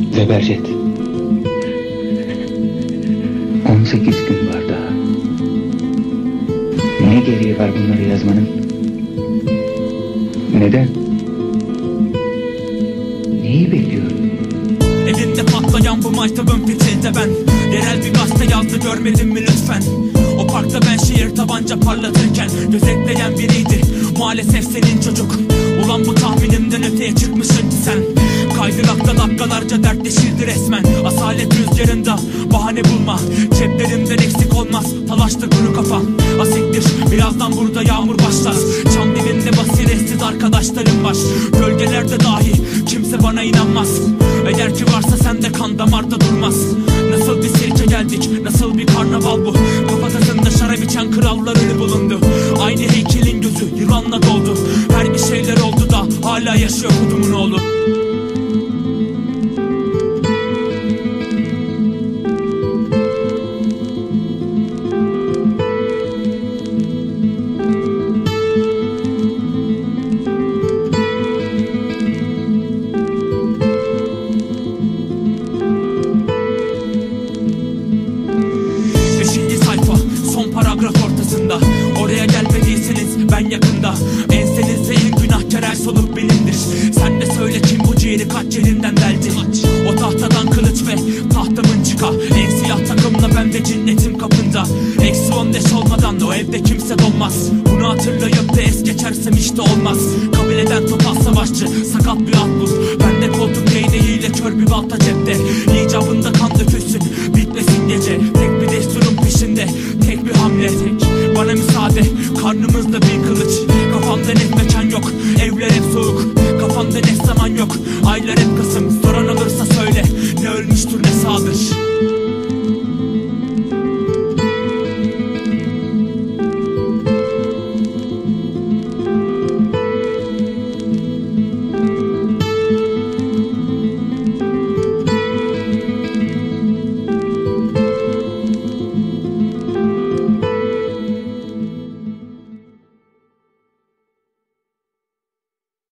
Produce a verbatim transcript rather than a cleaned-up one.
Zebercet. on sekiz gün var daha. Ne gereği var bunları yazmanın? Neden? Neyi bekliyorum? Elinde patlayan bu maytabın fitilde ben. Yerel bir gazete yazdı, görmedin mi lütfen? O parkta ben şiir tabanca parlatırken gözetleyen biriydi maalesef senin çocuk. Ulan bu tahminimden öteye çıkmışsın ki sen. Kaydırakta dakikalarca dertleşildi resmen. Asalet rüzgarında bahane bulma. Ceplerimden eksik olmaz talaştı kuru kafam. Asiktir birazdan burada yağmur başlar. Çam dibinde basiretsiz arkadaşlarım var. Gölgelerde dahi kimse bana inanmaz. Eğer ki varsa sende kan damarda durmaz. Nasıl bir sirke geldik, nasıl bir karnaval bu. Kafatasında şarap içen krallar ölü bulundu. Aynı heykelin gözü yılanla doldu. Her bir şeyler oldu da hala yaşıyor kudumun oğlu. Paragraf ortasında, oraya gelmediyseniz ben yakında. Ensenizde en günahkar el soluk benimdir. Sen de söyle kim bu ciğeri kaç yerinden deldi. O tahtadan kılıç ve tahtamın çıka. En siyah takımla ben de cinnetim kapında. Eksi on beş olmadan o evde kimse donmaz. Bunu hatırlayıp da es geçersem işte olmaz. Kabileden topal savaşçı, sakat bir at bul. Ben de koltuk değneğiyle kör bir balta cepte. İcabında